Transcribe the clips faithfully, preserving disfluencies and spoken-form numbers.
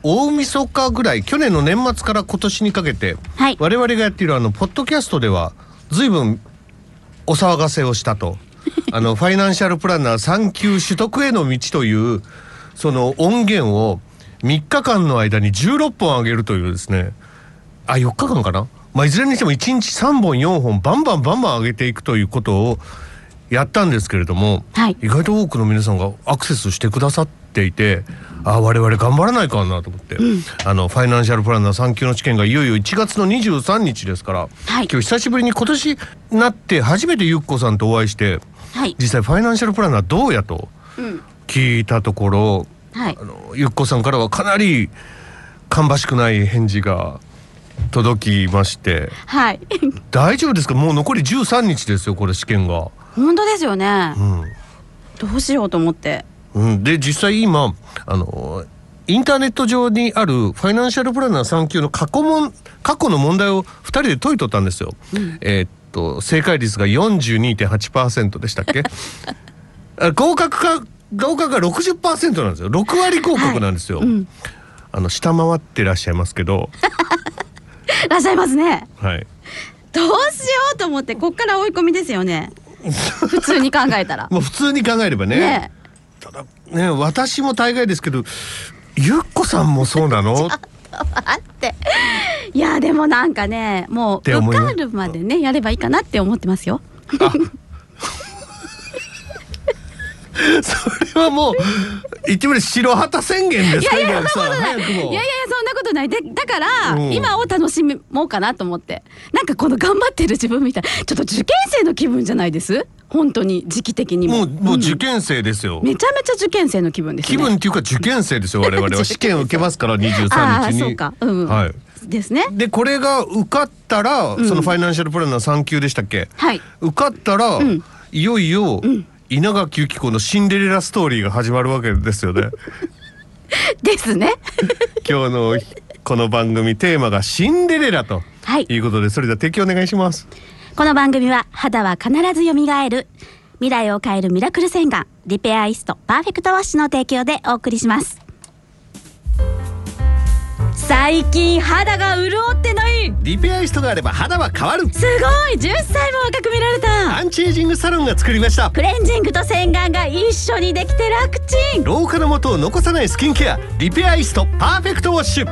大晦日ぐらい、去年の年末から今年にかけて、はい、我々がやっているあのポッドキャストでは随分お騒がせをしたとあのファイナンシャルプランナーさん級取得への道というその音源をみっかかんの間にじゅうろっぽん上げるというですね、あよっかかんかな、まあ、いずれにしてもいちにちさんぼんよんほんバンバンバンバン上げていくということをやったんですけれども、はい、意外と多くの皆さんがアクセスしてくださっていて、あ我々頑張らないかなと思って、うん、あのファイナンシャルプランナーさん級の試験がいよいよいちがつのにじゅうさんにちですから、はい、今日久しぶりに今年になって初めてゆっこさんとお会いして、はい、実際ファイナンシャルプランナーどうやと聞いたところ、うんはい、あのゆっこさんからはかなり芳しくない返事が届きまして、はい、大丈夫ですか、もう残りじゅうさんにちですよこれ試験が。 本当ですよね、うん、どうしようと思って、 うん、で実際今あのインターネット上にあるファイナンシャルプランナーさん級の過去もん過去の問題をふたりで解いとったんですよ、うん、えー、っと正解率が よんじゅうにてんはちパーセント でしたっけ合格か合格が ろくじゅっパーセント なんですよ。ろくわり合格なんですよ、はいうん、あの下回ってらっしゃいますけどいらっしゃいますね。 はい。 どうしようと思って、こっから追い込みですよね普通に考えたらもう普通に考えれば ね, ねただね私も大概ですけどゆっこさんもそうなのちょっと待って、いやでもなんかねもう受かるまでねやればいいかなって思ってますよそれはもう言ってみれ白旗宣言ですか。 いやいやそんなことない。いやいやそんなことない。でだから、うん、今を楽しもうかなと思って、なんかこの頑張ってる自分みたい、ちょっと受験生の気分じゃないです。本当に時期的にももう、もう受験生ですよ、 うん、めちゃめちゃ受験生の気分ですね。 気分っていうか受験生ですよ我々は試験を受けますからにじゅうさんにちに。あそうか、うん、はいですね。 でこれが受かったら、うん、そのファイナンシャルプランナーさん級でしたっけ、はい、受かったら、うん、いよいよ、うん稲垣由紀子のシンデレラストーリーが始まるわけですよねですね今日のこの番組テーマがシンデレラということで、はい、それでは提供お願いします。 この番組は肌は必ず蘇る未来を変えるミラクル洗顔リペアイストパーフェクトウォッシュの提供でお送りします。最近肌が潤ってない。 リペアイストがあれば肌は変わる。 すごいじゅっさいも若く見られた。 アンチエイジングサロンが作りました。 クレンジングと洗顔が一緒にできて楽ちん。 老化の元を残さないスキンケアリペアイストパーフェクトウォッシュ。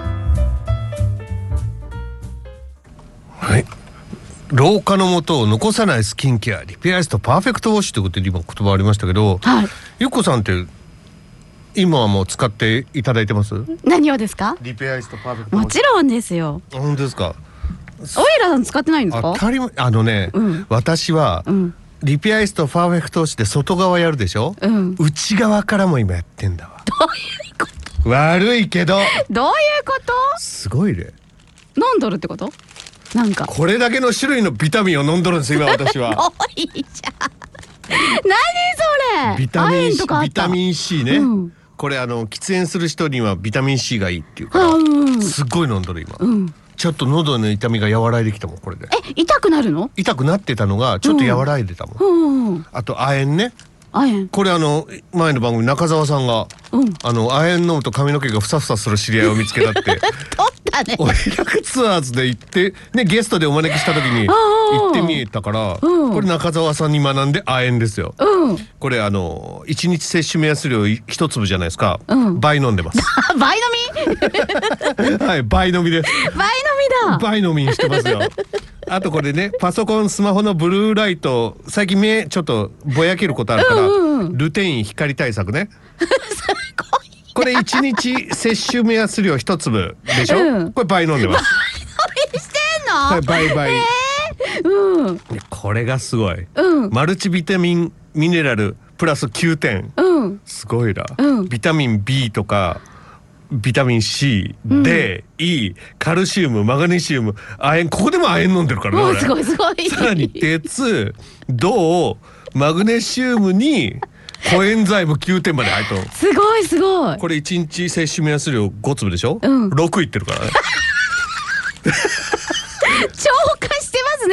はい、老化の元を残さないスキンケアリペアイストパーフェクトウォッシュということで今言葉ありましたけど、はい、ゆっこさんって今はもう使っていただいてます？ 何をですか？ リペアイストパーフェクトウォッシュ。 もちろんですよ。 本当ですか？ おいらさん使ってないんですか？ 当たり前。あのね、うん、私は、うん、リペアイストパーフェクトウォッシュで外側やるでしょ、うん、内側からも今やってんだわ。 どういうこと？ 悪いけどどういうこと？ すごいね。 飲んどるってこと？なんかこれだけの種類のビタミンを飲んどるんです今私は多いじゃん何それ？ ビタミン C、 とかあった？ ビタミン C ね、うん、これあの喫煙する人にはビタミン C がいいっていうから、うん、すっごい飲んどる今、うん、ちょっと喉の痛みが和らいできたもんこれで。 え痛くなるの？ 痛くなってたのがちょっと和らいでたもん、うんうん、あと亜鉛ね。 亜鉛これあの前の番組中澤さんが、うん、あの亜鉛飲むと髪の毛がふさふさする知り合いを見つけたって取ったね。お楽ツアーズで行ってねゲストでお招きした時に行ってみえたから、うん、これ中澤さんに学んで亜鉛ですよ、うん、これあのいちにち摂取目安量一粒じゃないですか、うん、倍飲んでます倍飲みはい倍飲みです。 倍飲みだ。 倍飲みにしてますよあとこれねパソコンスマホのブルーライト最近目ちょっとぼやけることあるから、うんうん、ルテイン光対策ねすごいこれいちにち摂取目安量一粒でしょ、うん、これ倍飲んでます。 倍飲みしてんの？ はい倍倍、 えーうん、 これがすごい、うん、マルチビタミンミネラルプラスきゅうてん、うん、すごいな、うん、ビタミン B とかビタミン C、うん、D、E、カルシウム、マグネシウム、亜鉛、ここでも亜鉛飲んでるからね。 すごいすごい。 さらに鉄、銅、マグネシウムにコエンザイムきゅうてんまで入っとる。 すごいすごい。 これいちにち摂取目安量ご粒でしょ、うん、ろくいってるからね超過してます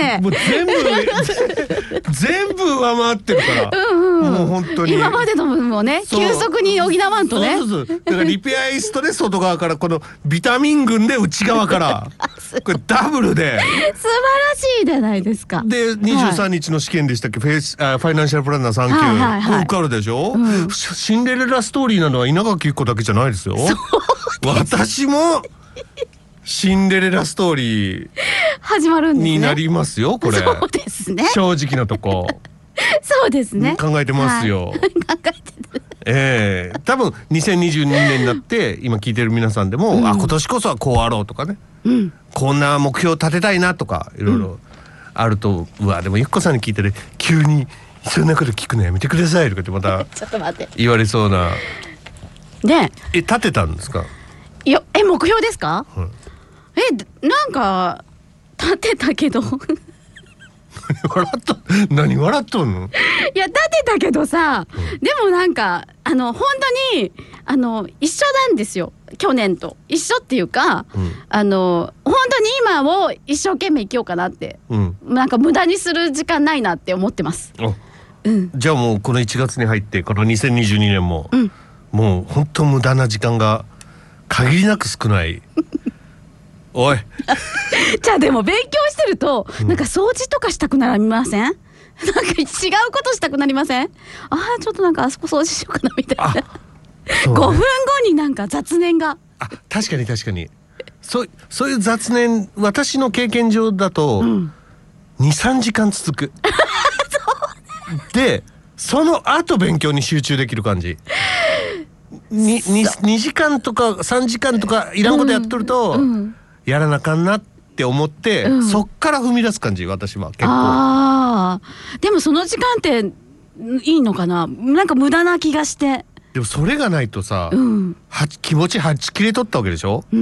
ね。 もう全部全部上回ってるから。うんうん、もう本当に今までの分もね急速に補わんとね。 そうそうそう。だからリペアイストで外側からこのビタミン群で内側からこれダブルで素晴らしいじゃないですか。 でにじゅうさんにちの試験でしたっけ、フェイスあファイナンシャルプランナーさん級、はいはいはい、受かるでしょ、うん、シンデレラストーリーなのは稲垣由紀子だけじゃないですよ。私もシンデレラストーリー始まるんですね。 になりますよこれ。 そうですね。 正直なとこ。 そうですね。 考えてますよ。 はい、考えてる。 ええー、多分にせんにじゅうにねんになって今聞いてる皆さんでも、うん、あ今年こそはこうあろうとかね、うん、こんな目標を立てたいなとかいろいろあると、うん、うわでもゆっこさんに聞いてね急にそんなこと聞くのやめてくださいとかってまたちょっと待って言われそうな。 ねえ立てたんですか。 いやえ目標ですか、うん、えなんか立てたけど笑っと何笑っとんの。 いや立てたけどさ、うん、でもなんかあの本当にあの一緒なんですよ去年と一緒っていうか、うん、あの本当に今を一生懸命生きようかなって、うん、なんか無駄にする時間ないなって思ってます。 うん、じゃあもうこのいちがつに入ってこのにせんにじゅうにねんも、うん、もう本当無駄な時間が限りなく少ない。おいじゃあでも勉強してると、うん、なんか掃除とかしたくなりません？なんか違うことしたくなりません？あーちょっとなんかあそこ掃除しようかなみたいな、ね、ごふんごになんか雑念があ確かに確かにそう、そういう雑念私の経験上だと、うん、にさんじかん続くでその後勉強に集中できる感じ。に 2, にじかんとかさんじかんとかいらんことやっとると、うんうん、やらなあかんなって思って、うん、そっから踏み出す感じ私は結構。 あでもその時間っていいのかな。なんか無駄な気がして。 でもそれがないとさ、うん、は気持ちはち切れとったわけでしょ、うん、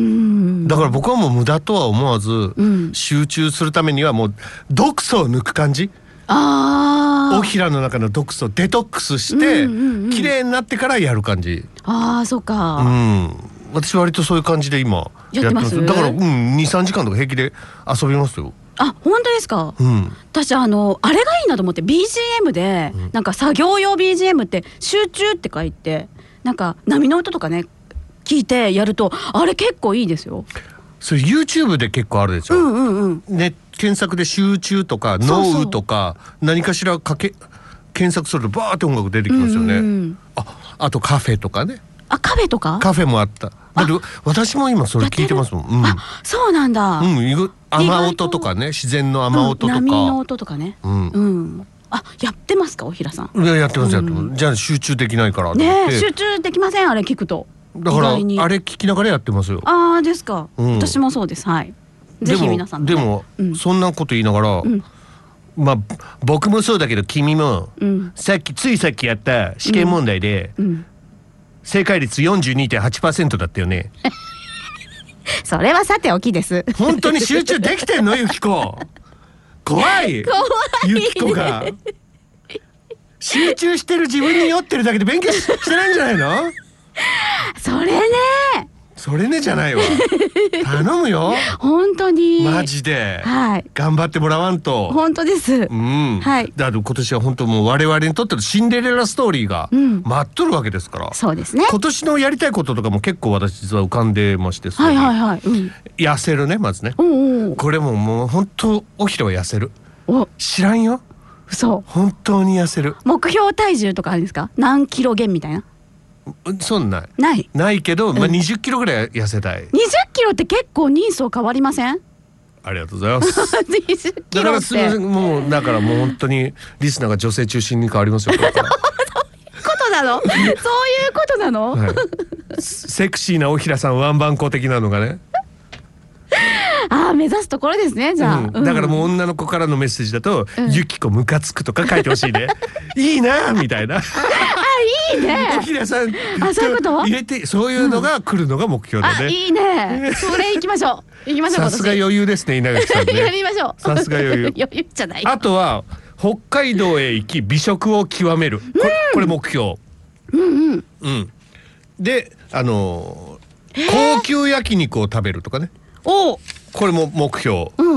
だから僕はもう無駄とは思わず、うん、集中するためにはもう毒素を抜く感じ。あおひらの中の毒素をデトックスして、うんうんうん、綺麗になってからやる感じ。 ああそうか、 うん、私割とそういう感じで今やってます。だから、うん、にさんじかんとか平気で遊びますよ。 あ本当ですか、うん、私あのあれがいいなと思って ビージーエム で、うん、なんか作業用 ビージーエム って集中って書いてなんか波の音とかね聞いてやるとあれ結構いいですよ。 それ YouTube で結構あるでしょ、うんうんうん、ね検索で集中とか脳とか何かしらかけ検索するとバーって音楽出てきますよね、うんうん、あ, あとカフェとかね。 あカフェとかカフェもあった。だって私も今それ聞いてますもん、うん、 あそうなんだ、 うん、雨音とかね自然の雨音とか、 うん、波の音とかね、うんうん、あやってますかおひらさん。 いややってますやってます、うん、じゃあ集中できないからね集中できませんあれ聞くと。 だからあれ聞きながらやってますよ。 ああですか、うん、私もそうですはい。ぜひ皆さん、ね、 でも、うん、そんなこと言いながら、うん、まあ僕もそうだけど君も、うん、さっきついさっきやった試験問題で、うんうん、正解率 よんじゅうにてんはちパーセント だったよね。 それはさておきです。 本当に集中できてんのゆきこ。怖い怖いゆきこが集中してる自分に酔ってるだけで勉強してないんじゃないの。 それねそれねじゃないわ頼むよ本当にマジで、 はい、 頑張ってもらわんと。 本当です、 うんはい、だって今年は本当もう我々にとってのシンデレラストーリーが待っとるわけですから、うん、 そうですね。 今年のやりたいこととかも結構私実は浮かんでまして、はいはいはい、うん、痩せるねまずね、おうおうこれももう本当おひらは痩せる。お知らんよ嘘本当に痩せる。 目標体重とかあるんですか何キロ減みたいな。 そんなないないけど、まあ、にじゅっキロぐらい痩せたい、うん、 にじゅっキロって結構人相変わりありがとうございますにじゅっキロってだからすみませんもうだからもう本当にリスナーが女性中心に変わりますよこれからそういうことなのそういうことなの、はい、 セクシーなおひらさんワンバンコ的なのがねああ目指すところですねじゃあ、うんうん、だからもう女の子からのメッセージだと、うん、ゆきこムカつくとか書いてほしいねいいなみたいなあいいねおひらさんあそういうこと入れてそういうのが来るのが目標だね、 うん、あいいねそれ行きましょう行きましょう。 さすが余裕ですね稲垣さんねやりましょうさすが余裕余裕じゃない。 あとは北海道へ行き美食を極める、うん、こ, これ目標うんうんうんであのー、高級焼肉を食べるとかねおこれも目標、うんうんうん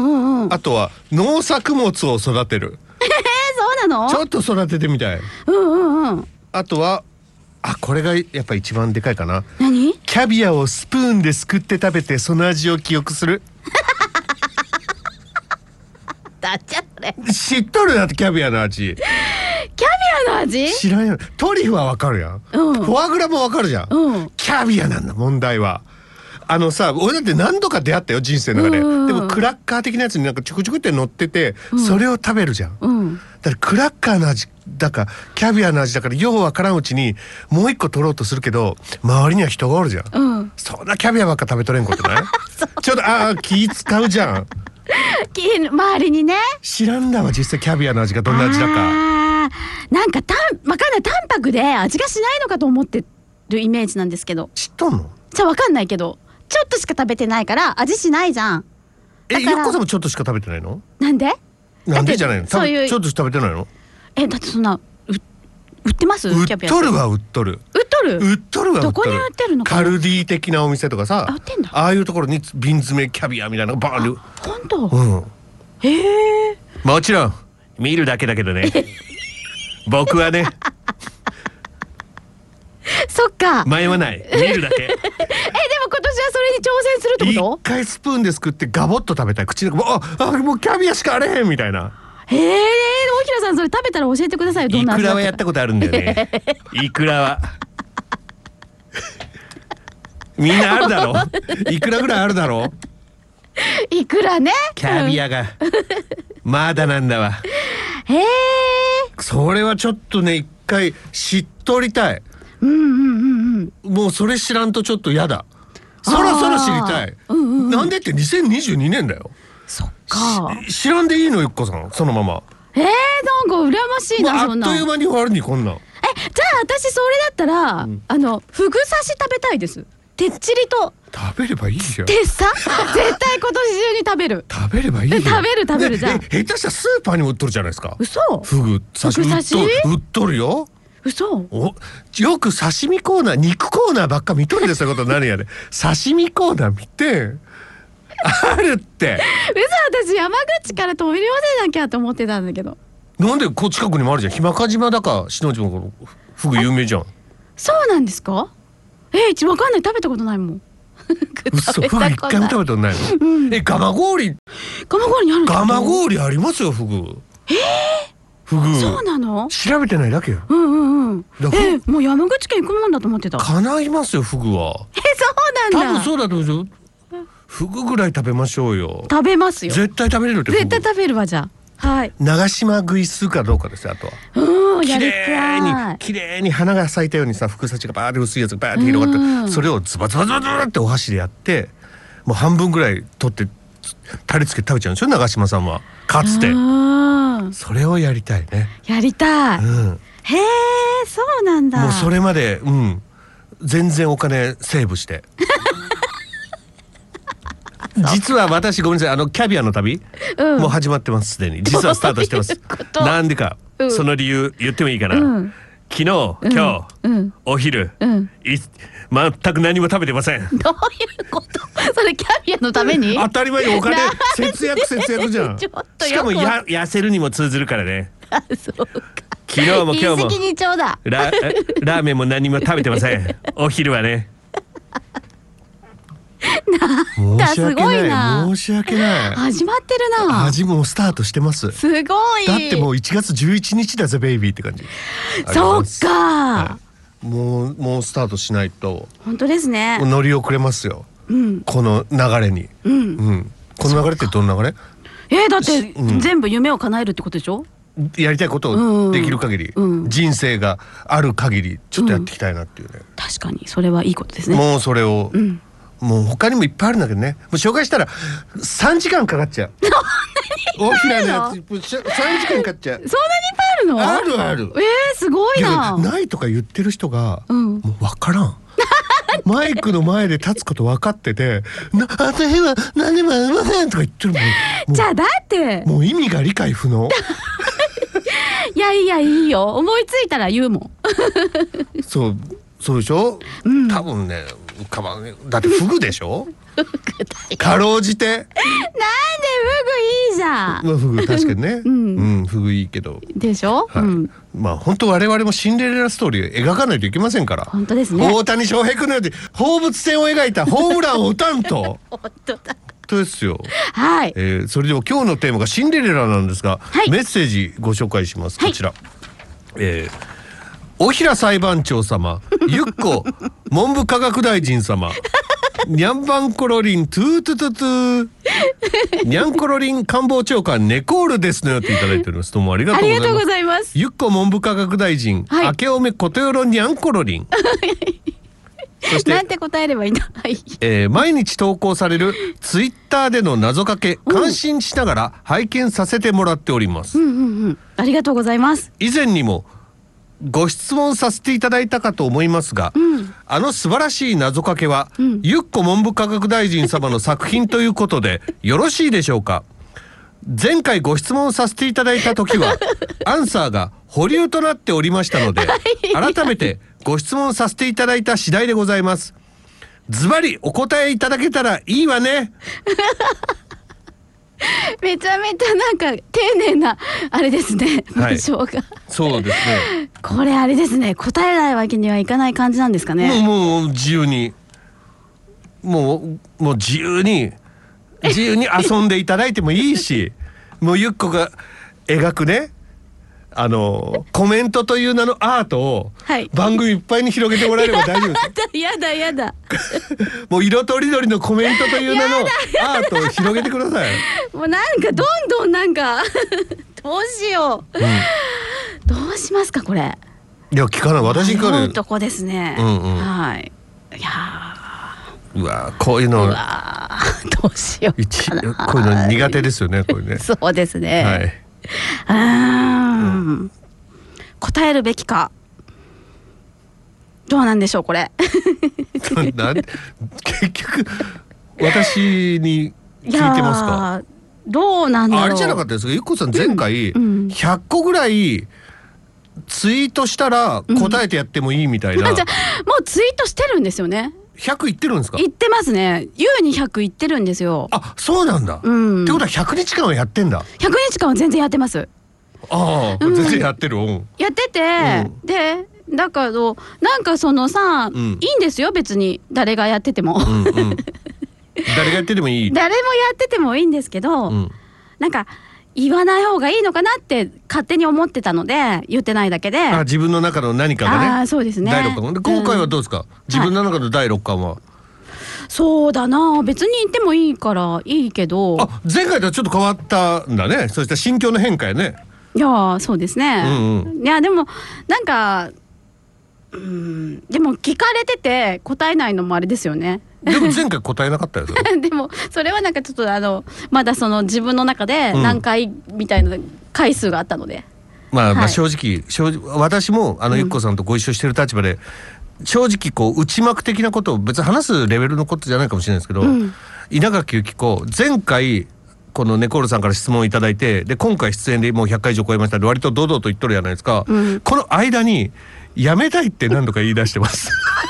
うん、 あとは農作物を育てる。 えー、そうなの？ ちょっと育ててみたい。 うんうんうん。 あとはあ、これがやっぱ一番でかいかな。 何？ キャビアをスプーンですくって食べてその味を記憶する。 だっちゃそれ。 知っとるだってキャビアの味。 キャビアの味？ 知らんよ。トリュフはわかるやん、うん、フォアグラもわかるじゃん、うん、キャビアなんだ問題は。あのさ、俺だって何度か出会ったよ人生の中で、うんうん、でもクラッカー的なやつになんかちょくちょくって乗ってて、うん、それを食べるじゃん、うん、だからクラッカーの味だかキャビアの味だからようわからんうちにもう一個取ろうとするけど周りには人がおるじゃん、うん、そんなキャビアばっか食べとれんことない？ちょっとああ気使うじゃん周りにね。 知らんだわ実際キャビアの味がどんな味だか。 あなんかたんわかんない、淡白で味がしないのかと思ってるイメージなんですけど。 知っとんの？ じゃあわかんないけどちょっとしか食べてないから味しないじゃん。 え、ゆっこさんもちょっとしか食べてないの？ なんで？ なんでじゃないの？ そういうちょっとしか食べてないの？ え、だってそんな売ってます？ 売っとるは売っとる。 売っとる？ 売っとるは売っとる。 どこに売ってるのかな？ カルディ的なお店とかさ、 あ、売ってんだ。 ああいうところに瓶詰めキャビアみたいなのがバーン。 本当？ うん。 へえ。 もちろん見るだけだけどね。僕はね。 そっか。 迷わない。見るだけ。え、でも今年はそれに挑戦するってこと？ 一回スプーンですくってガボッと食べたい。口の中ああもうキャビアしかあれへんみたいな。 へえ、大平さんそれ食べたら教えてくださいよ。どんな味だったか。 イクラはやったことあるんだよね。イクラは。みんなあるだろ。イクラぐらいあるだろ。 イクラね。 キャビアがまだなんだわ。 へえ。 それはちょっとね一回知っとりたい。 うんうんうんうん。 もうそれ知らんとちょっとやだ。そろそろ知りたい。うんうんうん、なんでってにせんにじゅうにねんだよ。 そっか。 知らんでいいのゆっこさんそのまま。 えー、なんか羨ましいな、そんな。 あっという間に終わるにこんなん。 え、じゃあ私それだったら、うん、あのフグ刺し食べたいです。てっちりと。 食べればいいよ。 てっさ絶対今年中に食べる。 食べればいいよ。 食べる食べるじゃん。 下手したらスーパーにも売っとるじゃないですか。 嘘。 フグ刺し売っとる、売っとるよ。 嘘。 およく刺身コーナー肉コーナーばっか見とるでそういうことになるやで。刺身コーナー見てあるって。 嘘、私山口から取り寄せなきゃと思ってたんだけど。 なんでこう近くにもあるじゃん。日間賀島だか篠島のフグ有名じゃん。 そうなんですか？えー、一番わかんない、食べたことないもん。 嘘、フグ一回も食べたことないの？うん、え、ガマ氷ガマ氷にあるんですか？ ガマ氷ありますよフグ。えーフグ。 そうなの？ 調べてないだけよ。 うんうんうん。え、もう山口県行くもんだと思ってた。 叶いますよフグは。 え、そうなんだ。 多分そうだと思うよ。フグぐらい食べましょうよ。 食べますよ。 絶対食べれるって。 絶対食べるわじゃあ。はい。 長島食いするかどうかですよあとは。 うん、やりたい。 綺麗に綺麗に花が咲いたようにさ、フグ刺がバーって薄いやつがバーって広がって、それをズバズバズバズバってお箸でやって。もう半分ぐらい取ってタレつけて食べちゃうんですよ長島さんはかつて。それをやりたいね。 やりたい、うん、へえ、そうなんだ。 もうそれまで、うん、全然お金セーブして実は私ごめんなさい、あのキャビアの旅、うん、もう始まってますすでに。実はスタートしてます。なんでか、うん、その理由言ってもいいかな、うん、昨日今日、うん、お昼、うん、い全く何も食べてません。どういうこと？それキャビアのために？ 当たり前にお金節約節約じゃん。しかもや痩せるにも通ずるからね。 あ、そうか。 昨日も今日もにちょうだララーメンも何も食べてません。お昼はね。 なんだ、すごいな。 申し訳ない。 始まってるな。 始もうスタートしてます。 すごい。 だってもういちがつじゅういちにちだぜベイビーって感じ。 そっか、 はい、もうもうスタートしないと。 本当ですね。 乗り遅れますよ、うん、この流れに、うんうん、この流れってどの流れ？ えー、だって、うん、全部夢を叶えるってことでしょ？ やりたいことをできる限り、うん、人生がある限りちょっとやっていきたいなっていうね、うん、 確かにそれはいいことですね。 もうそれを、うん、もう他にもいっぱいあるんだけどね、もう紹介したらさんじかんかかっちゃう。大きなのやつさんじかんかかっちゃう。そんなにいっぱいあるの？ あるある。 えー、すごいな。 いないとか言ってる人が、うん、もう分からん。マイクの前で立つこと分かってて「な私は何もありません」とか言ってるもん。もじゃあだってもう意味が理解不能。 いやいやいいよ、思いついたら言うもん。 そうそうでしょ、うん、多分ね浮かばんね。だってフグでしょ。 かろうじて。なんでフグいいじゃん。 まあフグ確かにね。うん、うん、フグいいけど。 でしょ。はい。うん、 まあ本当我々もシンデレラストーリー描かないといけませんから。 本当ですね。 大谷翔平君のように放物線を描いたホームランを打たんと。 本当だ。 ですよ。 はい、 えー、それでも今日のテーマがシンデレラなんですが、はい、メッセージご紹介します。こちら、はい、えー、大平裁判長様、ゆっこ文部科学大臣様、にゃんばんころりんトゥートゥトゥトゥーにゃんころりん官房長官ネコールですのよっていただいております。どうもありがとうございます。ゆっこ文部科学大臣、はい、明けおめことよろにゃんころりんそしてなんて答えればいいんだ、はい、 えー、毎日投稿されるツイッターでの謎かけ、感心しながら拝見させてもらっております、 うんうんうん、ありがとうございます。 以前にもご質問させていただいたかと思いますが、うん、あの素晴らしい謎かけは、うん、ゆっこ文部科学大臣様の作品ということでよろしいでしょうか。前回ご質問させていただいた時はアンサーが保留となっておりましたので改めてご質問させていただいた次第でございます。ズバリお答えいただけたらいいわねめちゃめちゃなんか丁寧なあれですね、 はい、そうですね。 これあれですね、答えないわけにはいかない感じなんですかね。 もうもう自由にもうもう自由に自由に遊んでいただいてもいいしもうゆっこが描くね、あのコメントという名のアートを番組いっぱいに広げてもらえれば大丈夫です。 やだやだもう色とりどりのコメントという名のアートを広げてください。 もうなんかどんどんなんかどうしよう、うん、どうしますかこれ。 いや聞かない、私から迷うとこですね、うんうん、はい。いやうわこういうのうわどうしようかな、 こういうの苦手ですよねこれね。 そうですね、 はい、 あ、うん、答えるべきかどうなんでしょうこれなん結局私に聞いてますか。 どうなんだろう。 あれじゃなかったですか、ゆっこさん前回ひゃっこぐらいツイートしたら答えてやってもいいみたいな、 うん、じゃもうツイートしてるんですよね。 ひゃくいってるんですか。 いってますね。優にひゃくいってるんですよ。 あ、そうなんだ、うん、ってことはひゃくにちかんはやってんだ。 ひゃくにちかんは全然やってます。 ああ、うん、全然やってる、うん、 やってて、うん、でだけどなんかそのさ、うん、いいんですよ別に誰がやってても、うんうん、 誰がやっててもいい誰もやっててもいいんですけど、うん、なんか言わない方がいいのかなって勝手に思ってたので言ってないだけで。あ、 自分の中の何かがね。 あ、そうですね。 だいろっかんで今回はどうですか、うん、自分の中のだいろっかんは、はい、 そうだな、別に言ってもいいからいいけど。 あ、前回とはちょっと変わったんだね。そうした心境の変化やね。 いやそうですね、うんうん、いやでもなんかうーんでも聞かれてて答えないのもあれですよね。 でも前回答えなかったよでもそれはなんかちょっとあのまだその自分の中で何回みたいな回数があったので、 うん、まあ、まあ正直、正直私もあのゆっこさんとご一緒してる立場で、うん、正直こう内幕的なことを別に話すレベルのことじゃないかもしれないですけど、うん、稲垣由紀子前回このネコールさんから質問をいただいて、で今回出演でもうひゃっかい以上超えましたで割と堂々と言っとるじゃないですか、うん、この間にやめたいって何度か言い出してます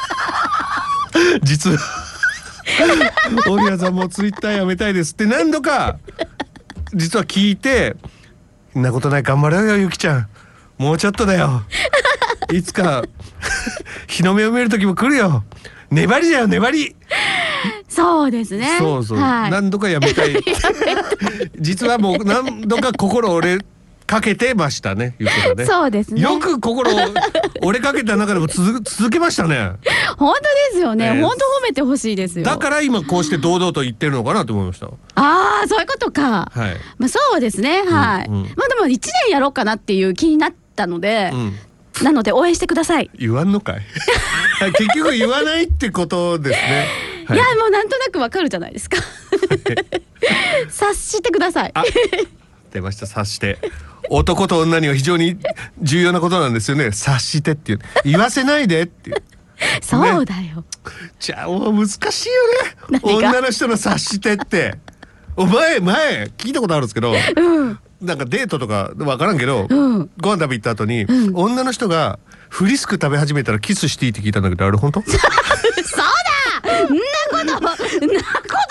実は大宮さんもツイッターやめたいですって何度か実は聞いて、そんなことない頑張れよゆきちゃん、もうちょっとだよいつか日の目を見る時も来るよ、粘りだよ粘り。 そうですね。 そうそう、はい、何度かやめたい実はもう何度か心折れかけてましたね、いうことね。 そうですね。 よく心折れかけた中でも続続けましたね。 本当ですよね、えー、本当褒めてほしいですよ。 だから今こうして堂々と言ってるのかなと思いました。 ああ、そういうことか、はい、まあ、そうですね、はい、うんうん、まあでもいちねんやろうかなっていう気になったので、うん、なので応援してください。 言わんのかい結局言わないってことですね、 はい、いやもうなんとなくわかるじゃないですか察してください出ました、察して。男と女には非常に重要なことなんですよね、察してっていう、言わせないでっていうそうだよ、ね、 じゃあもう難しいよね女の人の察してって。お前前聞いたことあるんですけど、うん、なんかデートとか分からんけど、うん、ご飯食べ行った後に、うん、女の人がフリスク食べ始めたらキスしていいって聞いたんだけど、あれ本当？そうだ、んなことんなこ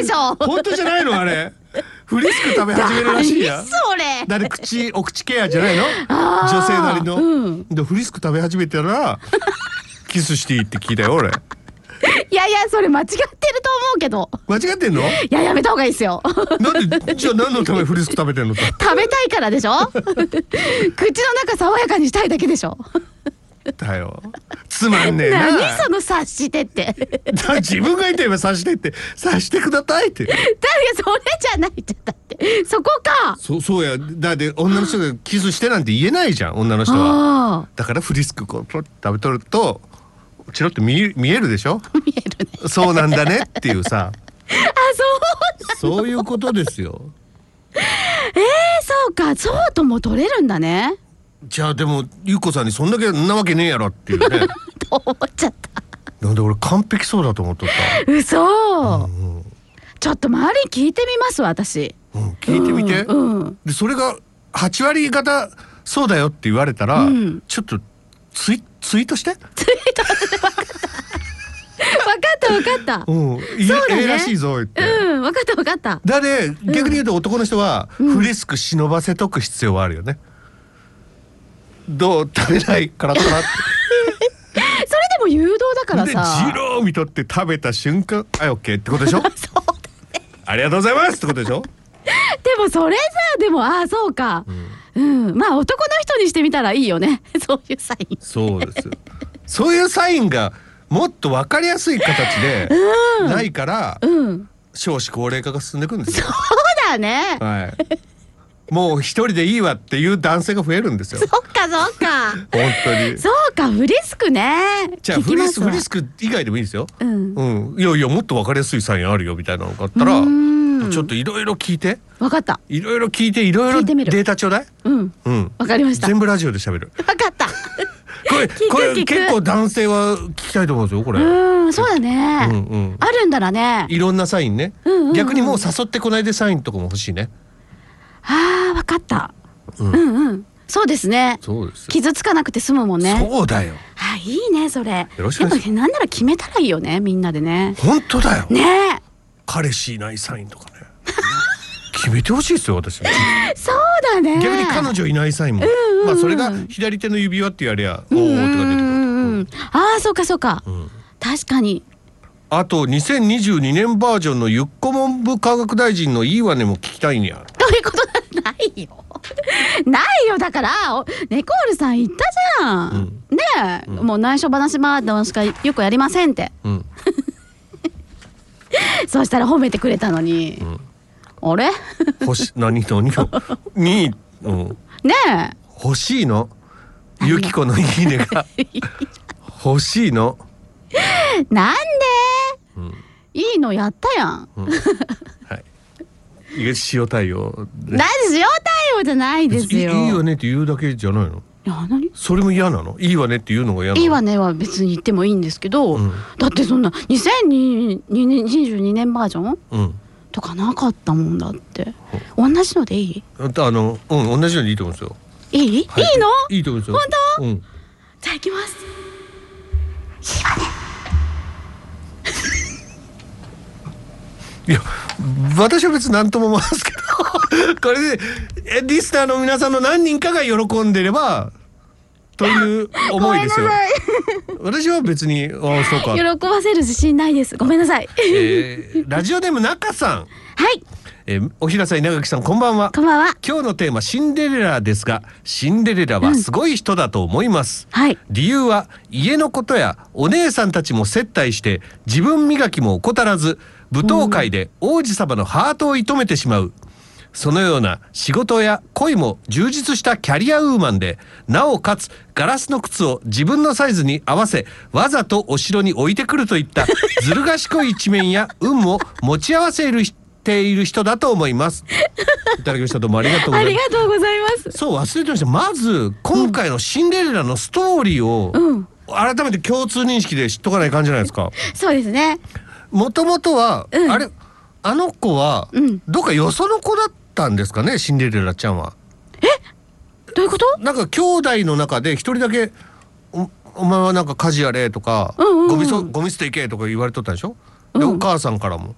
しょ。 本当じゃないのあれ。フリスク食べ始めるらしいや。 何それ。 だって口お口ケアじゃないの？女性なりの。うん、でフリスク食べ始めたらキスしていいって聞いたよ俺。 いやいやそれ間違ってると思うけど。 間違ってんの？いややめた方がいいですよ。 なんでじゃあ何のためフリスク食べてんの？食べたいからでしょ。口の中爽やかにしたいだけでしょ。 だよ。つまんねえな。 何その察してって。 自分が言って今察してって察してくださいって。だってそれじゃないってだってそこか。 そうそうや。だって女の人がキスしてなんて言えないじゃん女の人は。だからフリスクこうポロッと食べとるとチロッと見見えるでしょ。 見えるね。 そうなんだねっていうさ。 あそう。 そういうことですよ。 えー、そうかそうとも取れるんだね。 じゃあでもゆうこさんにそんだけなわけねえやろっていうね。 と思っちゃった。 なんで俺完璧そうだと思っとった。 嘘、うんうん、ちょっと周り聞いてみます私、 うん、聞いてみて、うんうん、でそれがはち割方そうだよって言われたら、うん、ちょっとツイ、ツイートしてツイートして分かった分かった分かった、うん、 そうだね、ええらしいぞって、 うん、分かった分かった。 だね逆に言うと男の人はフリスク忍ばせとく必要はあるよね、うん、どう食べないからかなってそれでも誘導だからさ。 でジロー見とって食べた瞬間あオッケーってことでしょ。そうだね。ありがとうございますってことでしょ。 でもそれさでもああそうか、うん、うん、まあ男の人にしてみたらいいよねそういうサイン。 そうですそういうサインがもっと分かりやすい形でないから、うん、少子高齢化が進んでいくんですよ。 そうだね、 はい、もう一人でいいわっていう男性が増えるんですよ。 そっかそっか本当にそうかフリスクね。 じゃあフリスフリスク以外でもいいですよ、うんうん、いやいやもっと分かりやすいサインあるよみたいなのがあったらちょっといろいろ聞いて。 分かった。 いろいろ聞いていろいろデータちょうだい。 うんうん、分かりました。 全部ラジオで喋る。 分かったこれこれ結構男性は聞きたいと思うんですよこれ。 うんそうだね、うんうん、あるんだらねいろんなサインね、うんうんうん、逆にもう誘ってこないでサインとかも欲しいね。 あー分かった、うん、うんうんそうですね。 そうです傷つかなくて済むもんね。 そうだよ。 あいいねそれ。 よろしくお願いします。 なんなら決めたらいいよねみんなでね。 本当だよね。 彼氏いないサインとかね決めてほしいですよ私も。 そうだね。 逆に彼女いないサインも、うんうんうん、まあそれが左手の指輪ってやりゃおおってが出てくる、うん、 ああそうかそうか、うん、確かに。 あとにせんにじゅうにねんバージョンのゆっこ文部科学大臣のいいわねも聞きたいんや。 どういうことだ。ないよないよだからネコールさん言ったじゃん、うん、ねえ、うん、もう内緒話バージョンしかよくやりませんって、うん、そうしたら褒めてくれたのに、うん、あれ欲し何何に、うん、 ねえ欲しいのゆきこのいいねが欲しいのなんで、うん、いいのやったやん、うん、はい塩対応なんで塩対応じゃないですよ。 いいわねって言うだけじゃないの。 いや何それも嫌なの。いいわねって言うのが嫌なの。 いいわねは別に言ってもいいんですけど、うん、だってそんなにせんにじゅうにねんバージョン、うん、とかなかったもんだって、うん、同じのでいい？ あのうん同じのでいいと思うんですよ。 いい？はい、いいの？ いいと思うんですよ。 本当？ うん。 じゃあ行きます。いいわね。 いや私は別に何とも思いますけどこれでリスナーの皆さんの何人かが喜んでればという思いですよ。私は別にあそうか喜ばせる自信ないです。ごめんなさい、 えー、ラジオネーム中さん。 はい、 えー、おひらさん稲垣さんこんばんは。 こんばんは。 今日のテーマシンデレラですがシンデレラはすごい人だと思います、うんはい、理由は家のことやお姉さんたちも接待して自分磨きも怠らず舞踏会で王子様のハートを射止めてしまう、うん、そのような仕事や恋も充実したキャリアウーマンでなおかつガラスの靴を自分のサイズに合わせわざとお城に置いてくるといったずる賢い一面や運も持ち合わせるている人だと思います。いただきました。どうもありがとうございます。 ありがとうございます。 そう忘れてました。まず今回のシンデレラのストーリーを、うん、改めて共通認識で知っとかない感じじゃないですか。 そうですね。 もともとは、うん、あれあの子は、うん、どっかよその子だったんですかねシンデレラちゃんは。 えどういうこと？ なんか兄弟の中で一人だけ お, お前はなんか家事やれとか、うんうんうん、ゴミそゴミ捨ていけとか言われとったでしょ。で、うん、お母さんからも、うんうんうん、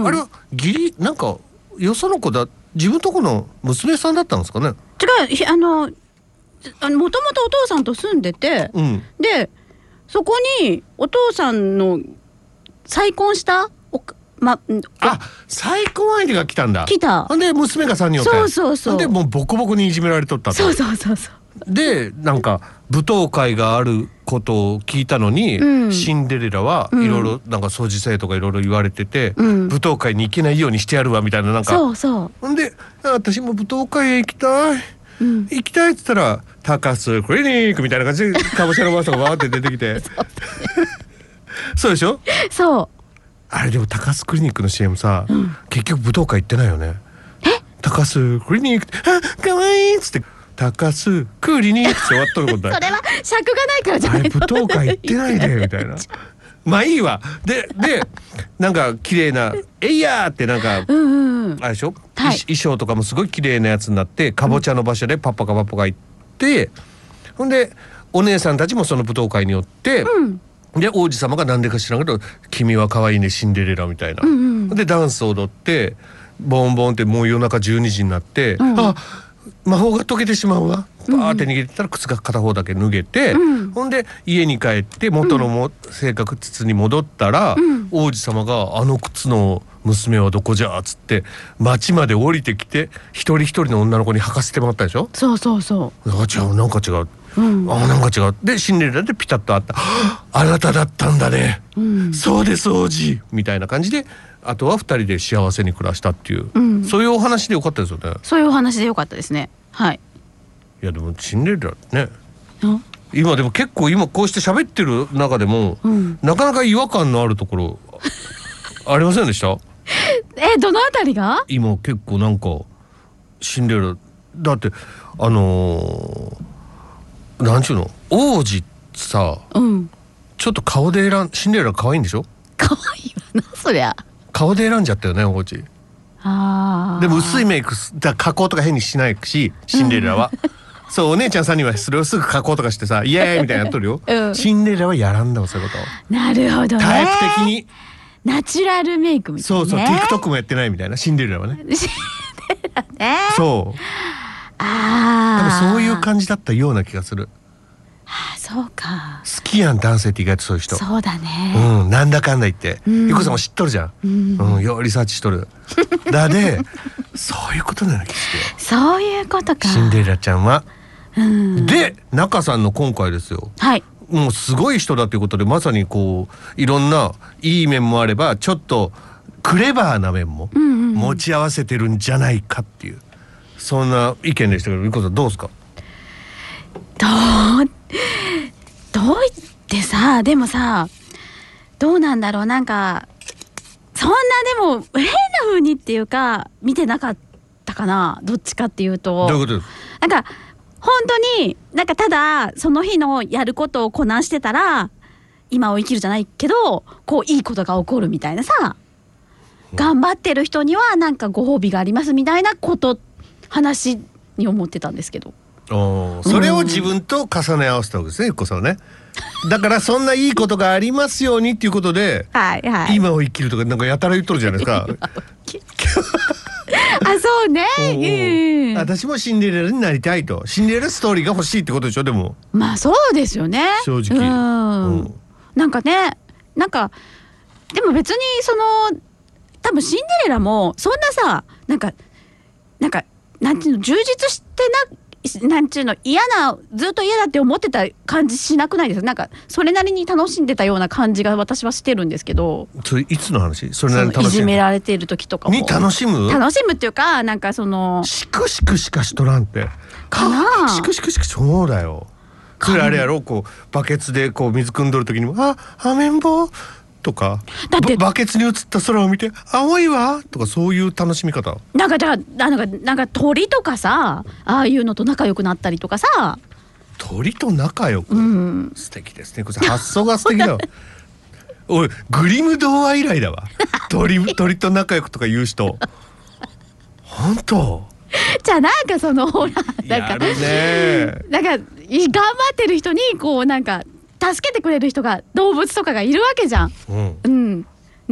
あれは義理なんかよその子だ、自分とこの娘さんだったんですかね。 違う、あのあのもともとお父さんと住んでて、うん、でそこにお父さんの再婚したおま、 あ、再婚相手が来たんだ。 来た。 で娘がさんにんおって、 そうそうそう。 でもうボコボコにいじめられとったと。 そうそうそうそう。 でなんか舞踏会があることを聞いたのに、うん、シンデレラはいろいろなんか掃除せとかいろいろ言われてて、うん、舞踏会に行けないようにしてやるわみたいな、なんかそうそう。 んで私も舞踏会へ行きたい、うん、行きたいって言ったら高須クリニックみたいな感じでかぼちゃのおばあさんがわーって出てきてそうでしょ。 そう。 あれでも高須クリニックの シーエム さ、うん、結局舞踏会行ってないよね。 え高須クリニックあかわいいっつって高須クリニックって終わっとることだよ。 それは尺がないからじゃないの。 あれ舞踏会行ってないでみたいなまあいいわ。ででなんか綺麗なえいやーってなんか、うんうん、あれでしょ、はい、衣装とかもすごい綺麗なやつになってかぼちゃの場所でパッパカパッパカ行って、うん、ほんでお姉さんたちもその舞踏会によって、うん、で王子様がなんでか知らんけど君は可愛いねシンデレラみたいな、うんうん、でダンス踊ってボンボンってもう夜中じゅうにじになって、うん、あ魔法が解けてしまうわ、バーって逃げてたら靴が片方だけ脱げて、うん、ほんで家に帰って元のも、うん、性格筒に戻ったら、うん、王子様があの靴の娘はどこじゃっつって町まで降りてきて一人一人の女の子に履かせてもらったでしょ。 そうそうそう。 あ違うなんか違う、うん、あなんか違うでシンデレラでピタッとあった、あなただったんだね、うん、そうです王子みたいな感じであとはふたりで幸せに暮らしたっていう、うん、そういうお話でよかったですよね。 そういうお話でよかったですね。はい。 いやでもシンデレラね、今でも結構今こうして喋ってる中でも、うん、なかなか違和感のあるところありませんでした？ えどのあたりが？ 今結構なんかシンデレラだってあのー、なんちゅうの王子さ、うん、ちょっと顔で選んシンデレラ可愛いんでしょ？ 可愛いわなそりゃ。 顔で選んじゃったよね王子。あでも薄いメイクだ加工とか変にしないしシンデレラは、うん、そうお姉ちゃんさんにはそれをすぐ加工とかしてさイエーイみたいなやっとるよ、うん、シンデレラはやらんだもんそういうこと。 なるほどね。 タイプ的にナチュラルメイクみたいな、ね、 そうそう TikTok もやってないみたいなシンデレラはねシンデレラねそうあ多分そういう感じだったような気がする。 ああそうか。 好きやん男性って意外とそういう人。 そうだね。 うんなんだかんだ言って、うん、ゆこさんも知っとるじゃん。うん、うん、ようリサーチしとる。だでそういうことなの気してよ。 そういうことか。 シンデレラちゃんは。うん、で中さんの今回ですよ。 はい。 もうすごい人だということでまさにこういろんないい面もあればちょっとクレバーな面も持ち合わせてるんじゃないかっていう、そんな意見でしたけどゆこさんどうですか？ どうどう言ってさでもさどうなんだろうなんかそんなでも変な風にっていうか見てなかったかな。どっちかっていうとどういうことですなんか本当になんかただその日のやることをこなしてたら今を生きるじゃないけどこういいことが起こるみたいなさ、うん、頑張ってる人にはなんかご褒美がありますみたいなこと話に思ってたんですけどおそれを自分と重ね合わせたわけですねゆっこさんはね。だからそんないいことがありますようにっていうことではい、はい、今を生きるとかなんかやたら言っとるじゃないですかあそうねおうおう、 うん、私もシンデレラになりたいとシンデレラストーリーが欲しいってことでしょ。でもまあそうですよね正直うん、 うん、なんかねなんかでも別にその多分シンデレラもそんなさなんかなんかなんていうの充実してななんていうの嫌なずっと嫌だって思ってた感じしなくないですか？なんかそれなりに楽しんでたような感じが私はしてるんですけど。 それいつの話？それなりに楽しんでいじめられている時とかもに楽しむ楽しむっていうかなんかそのシクシクしかしとらんってかな。 シクシクしかそうだよ。それあれやろこうバケツでこう水汲んどる時にもあアメンボとかだってバケツに映った空を見て青いわとかそういう楽しみ方なんかじゃあなんかなんか鳥とかさああいうのと仲良くなったりとかさ鳥と仲良く、うん、素敵ですねこれ発想が素敵だわおいグリム童話以来だわ鳥, 鳥と仲良くとか言う人本当じゃあなんかそのほらなんかやるねなんか頑張ってる人にこうなんか助けてくれる人が動物とかがいるわけじゃん。うん、うん、ね、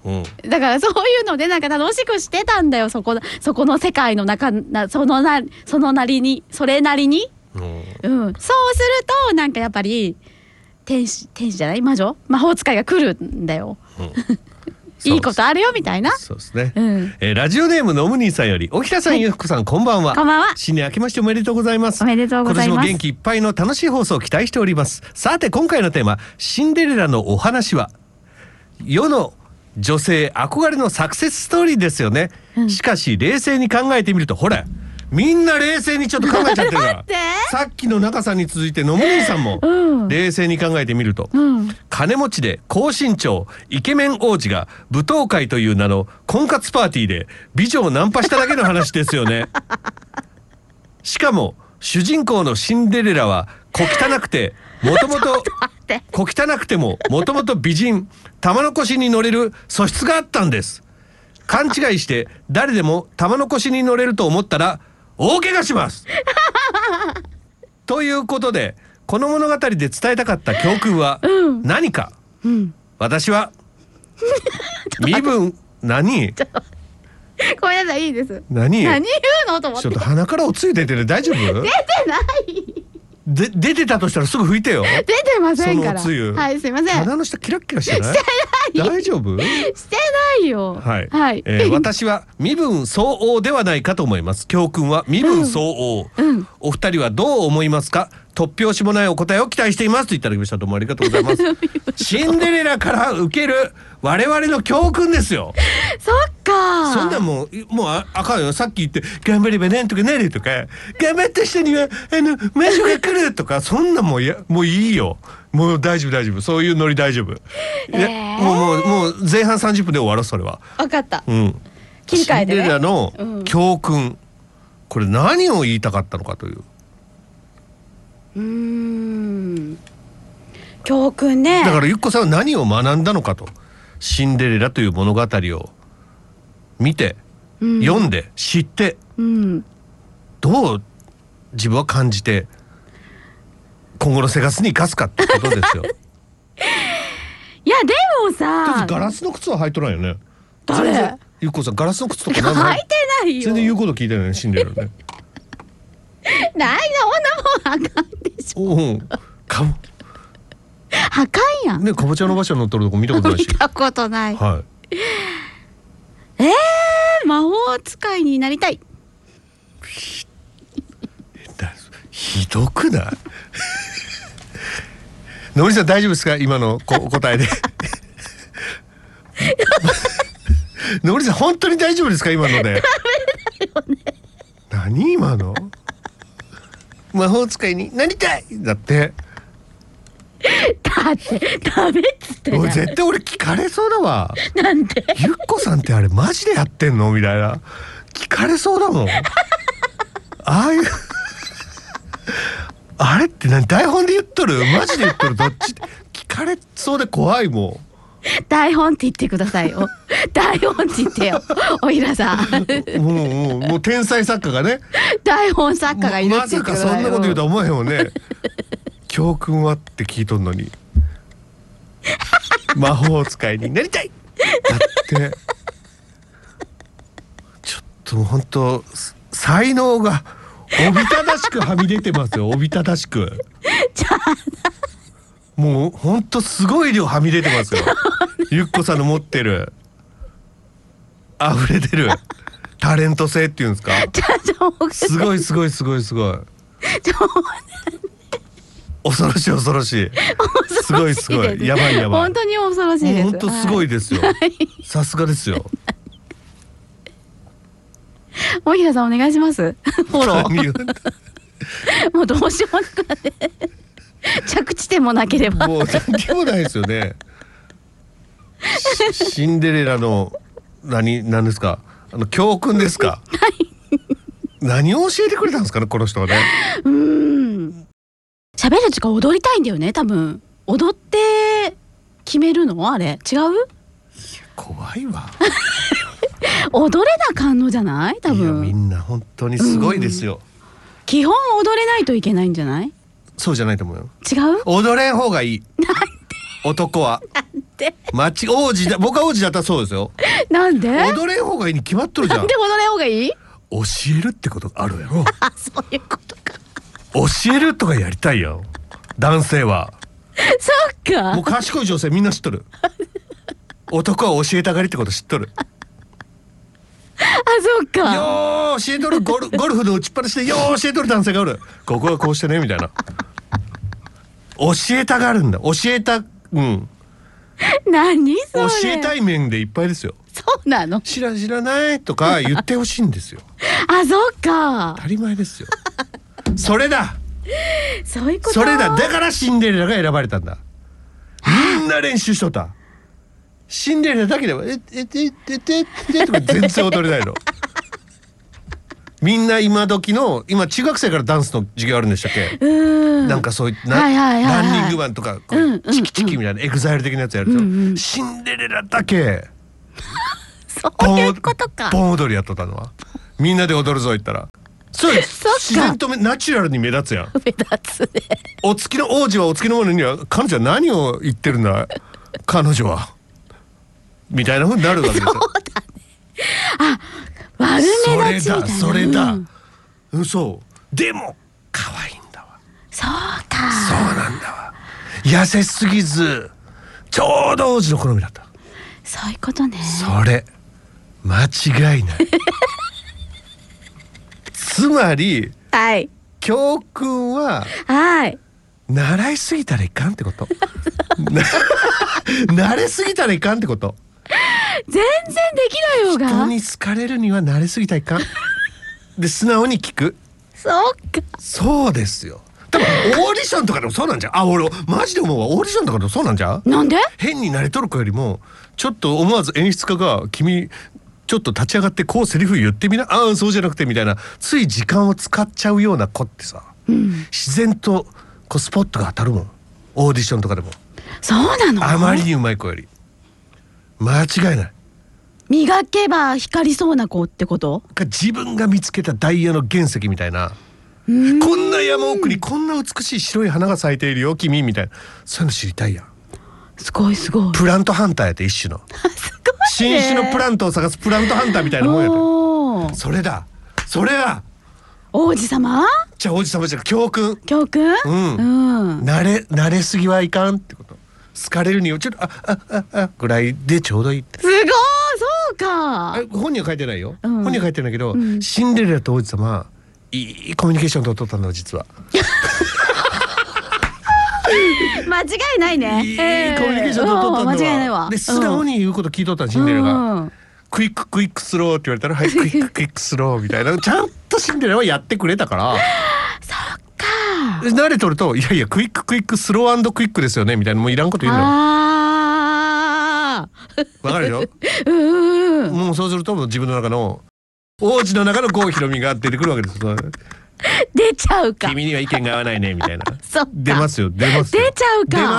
うん、 だからそういうのでなんか楽しくしてたんだよ、そこそこの世界の中なそのなそのなりにそれなりに、うん、うん、そうするとなんかやっぱり天使天使じゃない魔女魔法使いが来るんだよ、うんいいことあるよみたいな。 そうですね、うんえー、ラジオネームのむにーさんより、おひらさん、はい、ゆうふこさん、こんばんは。 こんばんは。 新年明けましておめでとうございます。 おめでとうございます。 今年も元気いっぱいの楽しい放送を期待しております。さて今回のテーマ、シンデレラのお話は世の女性憧れのサクセスストーリーですよね、うん、しかし冷静に考えてみると、ほらみんな冷静にちょっと考えちゃってるからさっきの中さんに続いてのむにーさんも冷静に考えてみると、うん、金持ちで高身長イケメン王子が舞踏会という名の婚活パーティーで美女をナンパしただけの話ですよねしかも主人公のシンデレラは小汚くてもともと小汚くてももともと美人、玉の輿に乗れる素質があったんです。勘違いして誰でも玉の輿に乗れると思ったら大怪我しますということで、この物語で伝えたかった教訓は何か、うんうん、私は身分何ごめんなさい、いいです。 何何言うのと思って、 ちょっと鼻からおつゆ出てる、大丈夫？ 出てないで出てたとしたらすぐ拭いてよ。 出てませんから。 そのおつゆ。 はい、すいません。 鼻の下キラッキラしてない？ してない。 大丈夫？ してないよ。 はい。はい。えー、私は身分相応ではないかと思います。教訓は身分相応。うん。お二人はどう思いますか？突拍子もないお答えを期待していますといただきました。どうもありがとうございます。シンデレラから受ける我々の教訓ですよ。 そっか。 そんなもうもう あ, あかんよ。さっき言って頑張ればなんとかなるとか、頑張った人にはあの魔女が来るとか、そんなもうやもういいよ。もう大丈夫大丈夫。そういうノリ大丈夫。えー、もうもうもう前半さんじゅっぷんで終わろう、それは。 分かった。 うん。 切り替えてね。 シンデレラの教訓、うん、これ何を言いたかったのかという。 うーん。教訓ね。 だからゆっこさんは何を学んだのかと。シンデレラという物語を見て、うん、読んで知って、うん、どう自分は感じて今後の生活に生かすかってことですよ。 いやでもさ、 ガラスの靴は履いとらんよね。 誰？ ゆっこさんガラスの靴とか履いてないよ。 全然言うこと聞いてないね、シンデレラね。 ないな、女もんあかんでしょ。うん、 かもあかんやん。 ね、かぼちゃの場所乗っとるとこ見たことないし。 見たことない。 はい。 えー、魔法使いになりたい。 ひ, ひどくない？のりさん大丈夫ですか、今のこ答えで。のりさん本当に大丈夫ですか、今ので。ダメだよね。何今の？魔法使いになりたいだって。 だってダメっつって。 俺絶対俺聞かれそうだわ。 なんで？ ゆっこさんってあれマジでやってんのみたいな聞かれそうだもん。ああいうあれって何、台本で言っとるマジで言っとるどっち聞かれそうで怖いもん。 台本って言ってくださいよ。台本って言ってよ、おいらさん。 もうもうもう天才作家がね。 台本作家がいるって言ってくださいよ。 まさかそんなこと言うとは思えへんもんね。教訓はって聞いとんのに魔法使いになりたいだってちょっともう本当才能がおびただしくはみ出てますよ。おびただしくもう本当すごい量はみ出てますよ。ゆっこさんの持ってる溢れてるタレント性っていうんですか。すごいすごいすごいすごい。恐ろしい恐ろしい。すごいすごい。やばいやばい。 本当に恐ろしいです。 本当すごいですよ。さすがですよ。 大平さんお願いします。フォロー。もうどうしようもなくなって。着地点もなければ。 もう何もないですよね。シンデレラの何何ですか。あの教訓ですか。はい。何を教えてくれたんですかね、この人はね。 うーん。喋る時間踊りたいんだよね、多分。踊って決めるのあれ違う？ 怖いわ。 踊れなかんのじゃない？多分。いやみんな本当にすごいですよ。 基本踊れないといけないんじゃない？ そうじゃないと思うよ。 違う？ 踊れん方がいい。 なんで？ 男は。 なんで町王子だ、僕は王子だったらそうですよ。 なんで踊れん方がいいに決まっとるじゃん。 なんで踊れん方がいい？ 教えるってことがあるやろ。 あ、そういうことか。 教えるとかやりたいよ男性は。 そっか。 もう賢い女性みんな知っとる。男は教えたがりってこと知っとる。 あ、そっか。 よー教えとる。ゴル、ゴルフの打ちっぱなしでよー教えとる男性がおる。ここはこうしてねみたいな。教えたがるんだ。教えた、うん。 何それ。 教えたい面でいっぱいですよ。 そうなの。 知ら知らないとか言ってほしいんですよ。 あ、そっか。 当たり前ですよ。それだ。 そういうこと。 それだ。だからシンデレラが選ばれたんだ。みんな練習しとった。シンデレラだけではええええええとか全然踊れないの。みんな今時の今中学生からダンスの授業あるんでしたっけ？うんなんかそういうな、はいはいはいはい、ランニングマンとかこう、うんうんうん、チキチキみたいなエグザイル的なやつやると、うんうん、シンデレラだけそういうことか。 ポン踊りやっとったのはみんなで踊るぞ言ったらそう自然とナチュラルに目立つやん。 目立つね。 お月の王子はお月の者には彼女は何を言ってるんだ彼女はみたいな風になるわけですよ。 そうだね。あ、悪目立ちみたいな。 それだそれだ、うん、そうでも可愛いんだわ。 そうか。 そうなんだわ。痩せすぎずちょうど王子の好みだった。 そういうことね。 それ間違いない。つまり、はい、教訓は、はい、習いすぎたらいかんってこと。慣れすぎたらいかんってこと。 全然できないよが。 人に好かれるには慣れすぎたらいかん。で素直に聞く。 そうか。 そうですよ。多分オーディションとかでもそうなんじゃん。あ、俺マジで思うわ。オーディションとかでもそうなんじゃん。 なんで？ 変に慣れとる子よりもちょっと思わず演出家が君ちょっと立ち上がってこうセリフ言ってみな、ああそうじゃなくてみたいな、つい時間を使っちゃうような子ってさ、うん、自然とこうスポットが当たるもん。オーディションとかでも。 そうなの？ あまりにうまい子より間違いない。 磨けば光りそうな子ってこと？ 自分が見つけたダイヤの原石みたいな、こんな山奥にこんな美しい白い花が咲いているよ君みたいな、そういうの知りたいやん。 すごいすごい。 プラントハンターやって一種の新種のプラントを探すプラントハンターみたいなもんやと。それだそれだ。 王子様？ じゃあ王子様じゃ教訓。 教訓？うん。うん。 慣れ慣れすぎはいかんってこと。好かれるにはちょっとああああぐらいでちょうどいいって。 すごいそうか。 本には書いてないよ。うん、本には書いてないけど、うん、シンデレラと王子様いいコミュニケーションを取ったの実は。 間違いないね。 いいコミュニケーションを取ったのは、 間違いないわ。 で素直に言うこと聞いとったシンデレラが、うん、クイッククイックスローって言われたらはいクイッククイックスローみたいなちゃんとシンデレラはやってくれたから。 そっか。 慣れとるといやいやクイッククイックスロー&クイックですよねみたいなもういらんこと言うのよ。あわかるでしょ。うんもうそうすると自分の中の王子の中の郷ひろみが出てくるわけです。 出ちゃうか。 君には意見が合わないねみたいな。 そう出ますよ出ますよ。 出ちゃうか。 出ます。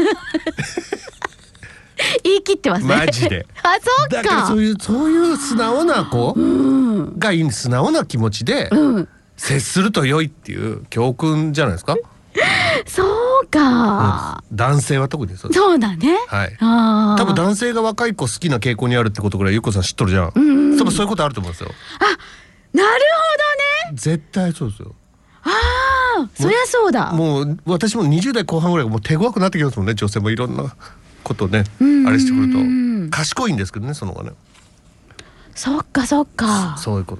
言い切ってますね。 マジで。 あ、そうか。 だからそういうそういう素直な子がいい、素直な気持ちで接すると良いっていう教訓じゃないですか。 そうか、 うん、男性は特にそう。 そうだね。 はい。あ多分男性が若い子好きな傾向にあるってことぐらいゆうこさん知っとるじゃん。うんうん、多分そういうことあると思うんですよ。 あ、なるほどね。 絶対そうですよ。 ああ、そりゃそうだ。 もう私もにじゅう代後半ぐらいもう手強くなってきますもんね。女性もいろんなことねあれしてくると賢いんですけどね、その方がね。 そっかそっか。 そういうこと。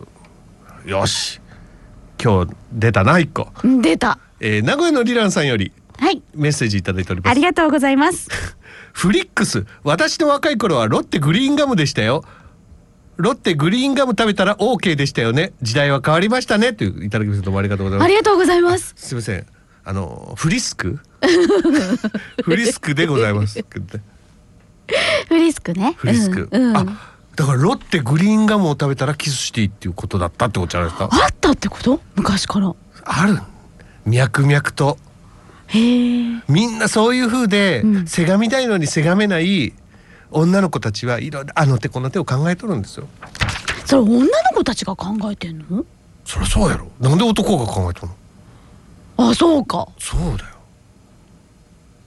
よし。今日出たな一個。 出た。 えー、名古屋のリランさんよりメッセージいただいております。 ありがとうございます。 フリックス、私の若い頃はロッテグリーンガムでしたよ。ロッテグリーンガム食べたら オーケー でしたよね。時代は変わりましたねといういただきました。どうもありがとうございます。 ありがとうございます。 すみません、あのフリスクフリスクでございます。 フリスクね。 フリスク、うんうん、あ、だからロッテグリーンガムを食べたらキスしていいっていうことだったってことじゃないですか。 あったってこと？昔からある。脈々と。へえ。みんなそういう風で、うん、せがみたいのにせがめない女の子たちはいろいろあの手この手を考えとるんですよ。 それ女の子たちが考えてんの？ そりゃそうやろ。なんで男が考えとるの？ あ、そうか。 そうだよ。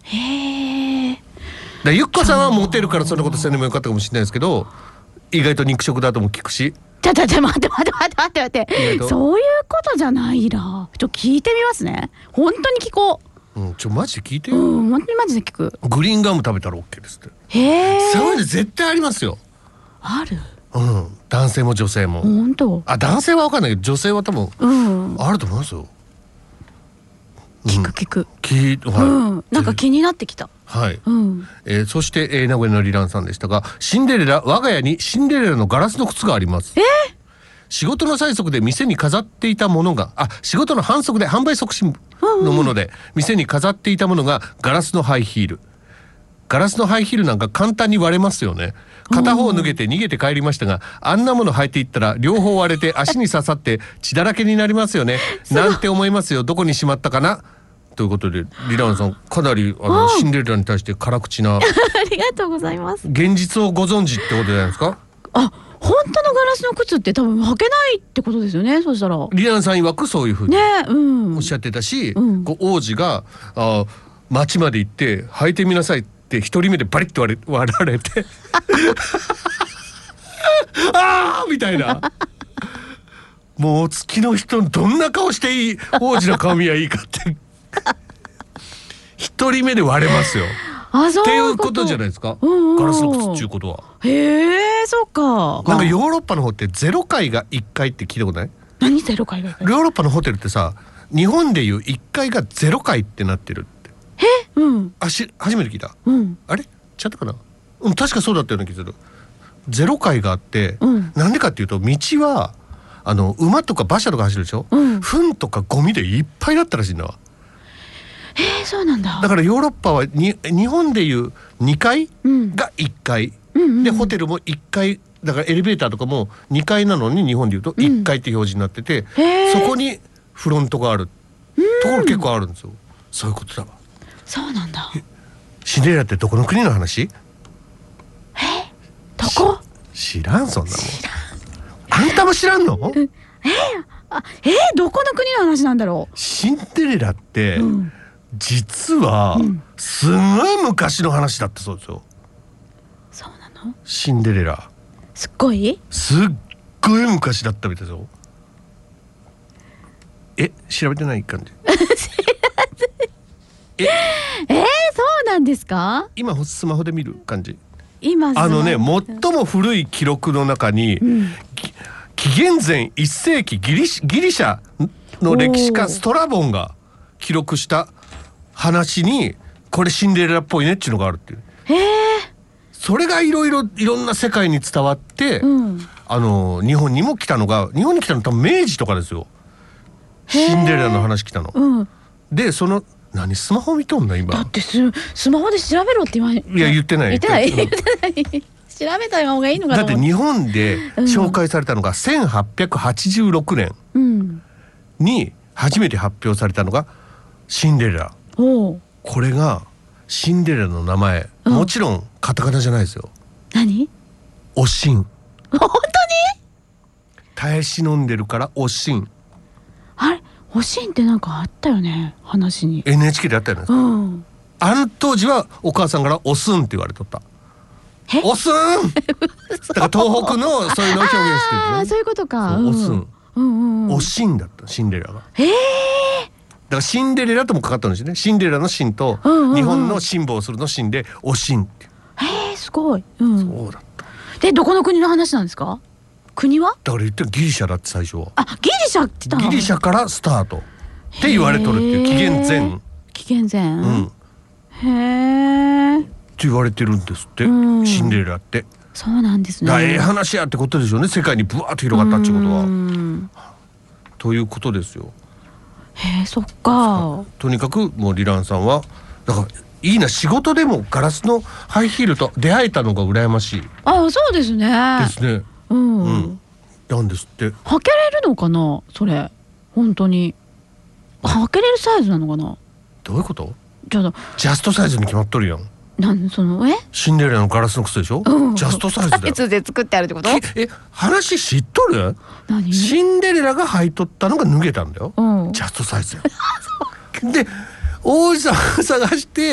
へえ。 だゆっこさんはモテるからそんなことせんでもよかったかもしれないですけど、意外と肉食だとも聞くし。 ちょちょちょ待って待って待って待って待って、そういうことじゃないな。ちょっと聞いてみますね。本当に聞こう。うん、ちょマジで聞いてよ。 うん、本当にマジで聞く。 グリーンガム食べたら OK ですって。 へえ。 そういうの絶対ありますよ。 ある。 うん、男性も女性も。 本当。 あ、男性は分かんないけど女性は多分、うん、あると思いますよ。 聞く聞く。 うん、聞、はい、 うん、なんか気になってきた。 はい、うん、えー、そして、えー、名古屋のリランさんでしたが、シンデレラ、我が家にシンデレラのガラスの靴があります。 えー、 仕事の催促で店に飾っていたものが、あ、仕事の反則で販売促進のもので、うんうん、店に飾っていたものがガラスのハイヒール。ガラスのハイヒールなんか簡単に割れますよね。片方脱げて逃げて帰りましたが、あんなもの履いていったら両方割れて足に刺さって血だらけになりますよね。なんて思いますよ。どこにしまったかなということで、リランさんかなりあのシンデレラに対して辛口な。 ありがとうございます。 現実をご存知ってことじゃないですか。 あ、本当のガラスの靴って多分履けないってことですよね。そしたらリランさん曰くそういうふうに、 ね、うん、 おっしゃってたし、うん、こう王子があ町まで行って履いてみなさいって一人目でバリッと割れ割られてあーみたいな。もう月の人どんな顔していい王子の顔見やいいかって一人目で割れますよ。 あ、そうっていうことじゃないですか、うんうん、ガラスの靴っていうことは。 へえ、そうか。 なんかヨーロッパの方ってゼロ階がいっかいって聞いたことない？ 何ゼロ階がいっかい？ ヨーロッパのホテルってさ、日本でいういっかいがゼロ階ってなってるって。 え、うん、 あし初めて聞いた、 うん、 あれちゃったかな、うん、確かそうだったような気がする。ゼロ階があって、うん、なんでかっていうと道はあの馬とか馬車とか走るでしょ、うん、糞とかゴミでいっぱいだったらしいんだわ。 へえ、そうなんだ。 だからヨーロッパはに日本でいうにかいがいっかい、うんうんうん、でホテルもいっかいだから、エレベーターとかもにかいなのに日本でいうといっかいって表示になってて、うん、そこにフロントがあるところ結構あるんですよ。そういうことだわ。 そうなんだ。 シンデレラってどこの国の話？え、 どこ？ 知らん、そんなもん。あんたも知らんの？ うん、えー、あ、えー、どこの国の話なんだろう。 シンデレラって、うん、実は、うん、すごい昔の話だったそうですよ。 そうなの？ シンデレラすっごいすっごい昔だったみたいですよ。え、調べてない感じ？ え、えー、そうなんですか？ 今スマホで見る感じ。 今あのね、最も古い記録の中に、うん、紀元前いっせいきギリシ、ギリシャの歴史家ストラボンが記録した話にこれシンデレラっぽいねっていうのがあるっていう。 へー。 それがいろいろいろんな世界に伝わって、うん、あの日本にも来たのが、日本に来たの多分明治とかですよ。シンデレラの話来たの、うん、でその何スマホ見とんの今。 だってススマホで調べろって言われ。 いや言ってない言ってない言ってない調べた方がいいのかな。 だって日本で紹介されたのがせんはっぴゃくはちじゅうろくねんに初めて発表されたのがシンデレラ、うん、これがシンデレラの名前、うん、もちろんカタカナじゃないですよ。 何？ おしん。 本当に？ 耐え忍んでるからおしん。 あれおしんってなんかあったよね、話に。 エヌエイチケー であったよね、うん、あの当時はお母さんからおすんって言われとった。おすんだから東北のそういうのを表現してる、ね、 ああそういうことか。 おすん、 うんうんうん、 おしんだったシンデレラが。 へえ。 だからシンデレラともかかったんですよね。シンデレラのシンと、うんうんうん、日本の辛抱するのシンでおしんって。 へえ、すごい、うん、 そうだった。 でどこの国の話なんですか？国は？ だから言ってるギリシャだって最初は。 あ、ギリシャって言ったの？ ギリシャからスタートって言われとるっていう。紀元前。 紀元前。うん。へえ。って言われてるんですって、うん、シンデレラって。 そうなんですね。 ええ話やってことでしょうね。世界にブワーッと広がったっていうことは。うんということですよ。 へえ、そっか。 とにかくもうリランさんはだからいいな、仕事でもガラスのハイヒールと出会えたのが羨ましい。 ああ、そうですね。 ですね。うん。うん、なんですって。 履けれるのかな、それ。本当に。履けれるサイズなのかな。 どういうこと？ ちょっと。 ジャストサイズに決まっとるやん。 なんそのえ？ シンデレラのガラスの靴でしょ。うん、ジャストサイズだよ。 サイズで作ってあるってこと？ え、話知っとる？ 何？ シンデレラが履いとったのが脱げたんだよ。うん、ジャストサイズよ。で、王子さんを探して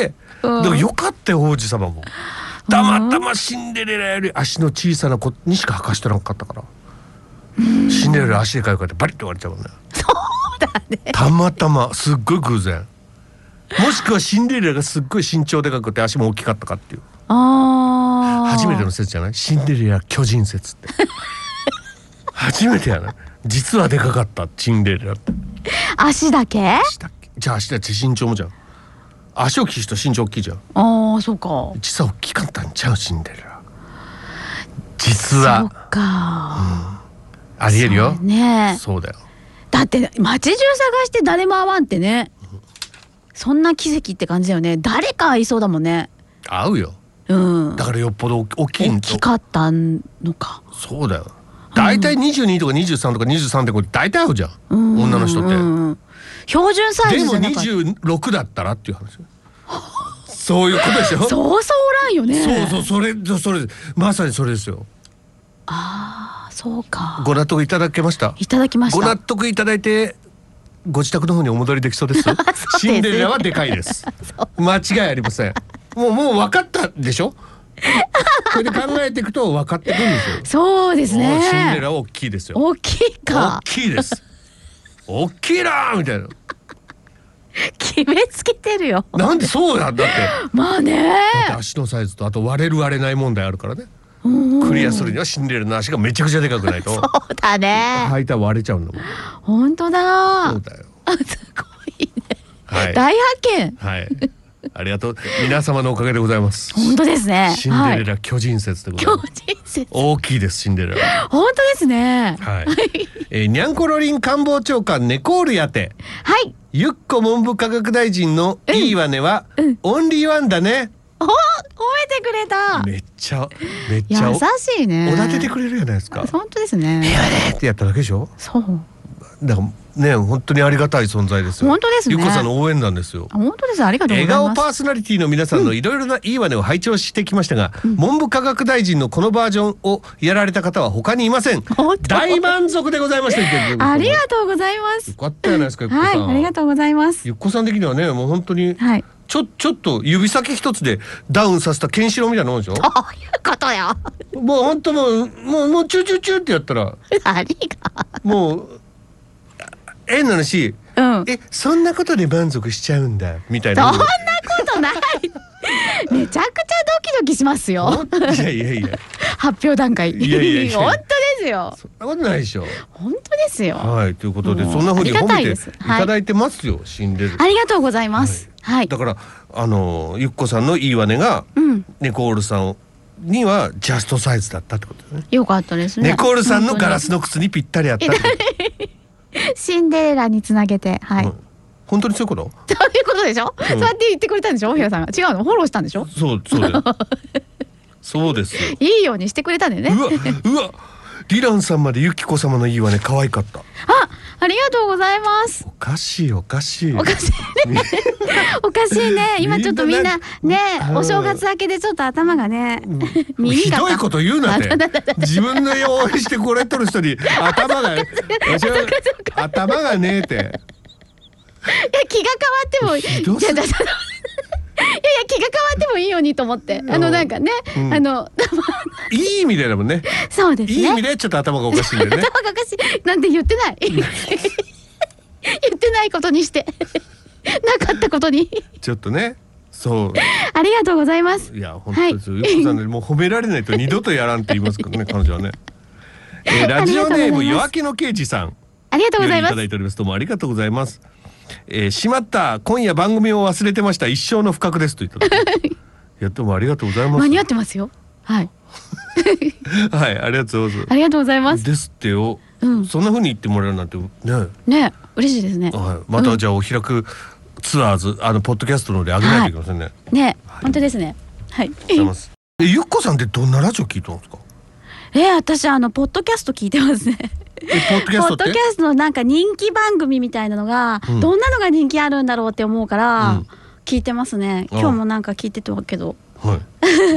うん、だからよかったよ王子様も。たまたまシンデレラより足の小さな子にしか履かしてなかったから、うん、シンデレラ足でかいからってバリッと割れちゃうもんね。 そうだね。 たまたますっごい偶然。もしくはシンデレラがすっごい身長でかくて足も大きかったかっていう。あ初めての説じゃない？シンデレラ巨人説って初めてやな。実はでかかったシンデレラって。 足だけ？ 足だけ。じゃあ足だって身長もじゃん。足大きい人身長大きいじゃん。 ああそうか。 実は大きかったんちゃうシンデレラ。実は。 そうか、 うん、ありえるよ。 そうね。 そうだよ。 だって街中探して誰も会わんってね、うん、そんな奇跡って感じだよね。誰か会いそうだもんね。 会うよ、 うん、 だからよっぽど大きいん大きかったのか。 そうだよ。だいたいにじゅうにとかにじゅうさんとかにじゅうさんてんご大体合うじゃん、うん、女の人って、うんうん、 標準サイズじゃなかった。 でもにじゅうろくだったらっていう話そういうことでしょ。 そうそうおらんよね。 そうそうそれそれまさにそれですよ。 ああそうか。 ご納得いただけました？ いただきました。 ご納得いただいてご自宅の方にお戻りできそうです。そうです。シンデレラはでかいです間違いありません。もうもう分かったでしょこれで考えていくと分かってくるんですよ。 そうですね。 シンデレラは大きいですよ。 大きいか。 大きいです大きいなみたいな決めつけてるよ。 なんでそうなんだってまあね。 だって足のサイズとあと割れる割れない問題あるからね。クリアするにはシンデレラの足がめちゃくちゃでかくないとそうだね。 履いたら割れちゃうんだもん。 本当だ。 そうだよ。 すごいね、 はい、 大発見。 はいありがとう。皆様のおかげでございます。 本当ですね。 シンデレラ巨人説でございます。 巨人説。 大きいですシンデレラ。 本当ですね。 はい。えー、にゃんころりん官房長官ネコールやて。 はい。 ゆっこ文部科学大臣のいいわねは、うんうん、オンリーワンだね。 お、褒めてくれた。 めっちゃめっちゃ優しいね。 おだててくれるじゃないですか。 本当ですね。 いいわねってやっただけでしょ。 そう。 だからね本当にありがたい存在ですよ。 本当ですね。 ゆっこさんの応援なんですよ。 本当です。ありがとうございます。 笑顔パーソナリティの皆さんのいろいろないいわねを拝聴してきましたが、うん、文部科学大臣のこのバージョンをやられた方は他にいません。大満足でございました。 ありがとうございます。 よかったじゃないですかゆっこさん。 はい、ありがとうございます。 ゆっこさん的にはねもう本当に、 はい、 ちょちょっと指先一つでダウンさせたケンシロウみたいなもんでしょ。 そういうことよ。 もう本当もうもうもうチューチューチューってやったら何がもう変な話、うん、えそんなことで満足しちゃうんだみたいな。 そんなことないめちゃくちゃドキドキしますよ。 いやいやいや発表段階。いやいやいや本当ですよ。 そんなことないでしょ。 本当ですよ。 はいということでそんな風に褒めていただいてますよ、はい、シンデレラ。 ありがとうございます、はいはい、 だからあのゆっこさんのいいわねが、うん、ネコールさんにはジャストサイズだったってことですね。 よかったですね。 ネコールさんのガラスの靴にぴったりあったってシンデレラにつなげて、はい、うん、 本当にそういうこと？ そういうことでしょ、うん、そうやって言ってくれたんでしょ大平さんが。違うの？フォローしたんでしょ。 そうそうだよそうですよ。 いいようにしてくれたんだよね。 うわうわリランさんまでゆきこ様のいいわね可愛かった。あ、 ありがとうございます。 おかしいおかしいおかしいねおかしいね。今ちょっとみんなねお正月明けでちょっと頭がね、うん、 ひどいこと言うなって自分の応援してこれとる人に頭が頭がねえって。いや気が変わってもひどすいやいや気が変わってもいいようにと思ってあのなんかね、うん、あのいい意味でだもんね。 そうですね。 いい意味でちょっと頭がおかしいんだよね頭がおかしいなんて言ってない言ってないことにしてなかったことにちょっとね。そうありがとうございます。 いや本当ですよ、はい、ゆっこさんでもう褒められないと二度とやらんって言いますからね彼女はね、えー、ラジオネーム夜明けの刑事さんありがとうございます。 いただいております。どうもありがとうございます。えー、しまった今夜番組を忘れてました一生の不覚ですと言ったいやどうもありがとうございます。 間に合ってますよ。はいはいありがとうございます。 ありがとうございますですってよ、うん、そんな風に言ってもらえるなんてねね嬉しいですね、 はい、またじゃあお開くツアーズ、うん、あのポッドキャストので上げないといけませんね、はい、 ね、はい、本当ですね。はいえゆっこさんってどんなラジオ聞いたんですか？ えー、私あのポッドキャスト聞いてますねポッドキャストって？ ポッドキャストのなんか人気番組みたいなのが、うん、どんなのが人気あるんだろうって思うから、うん、聞いてますね。今日もなんか聞いてたけど、はい、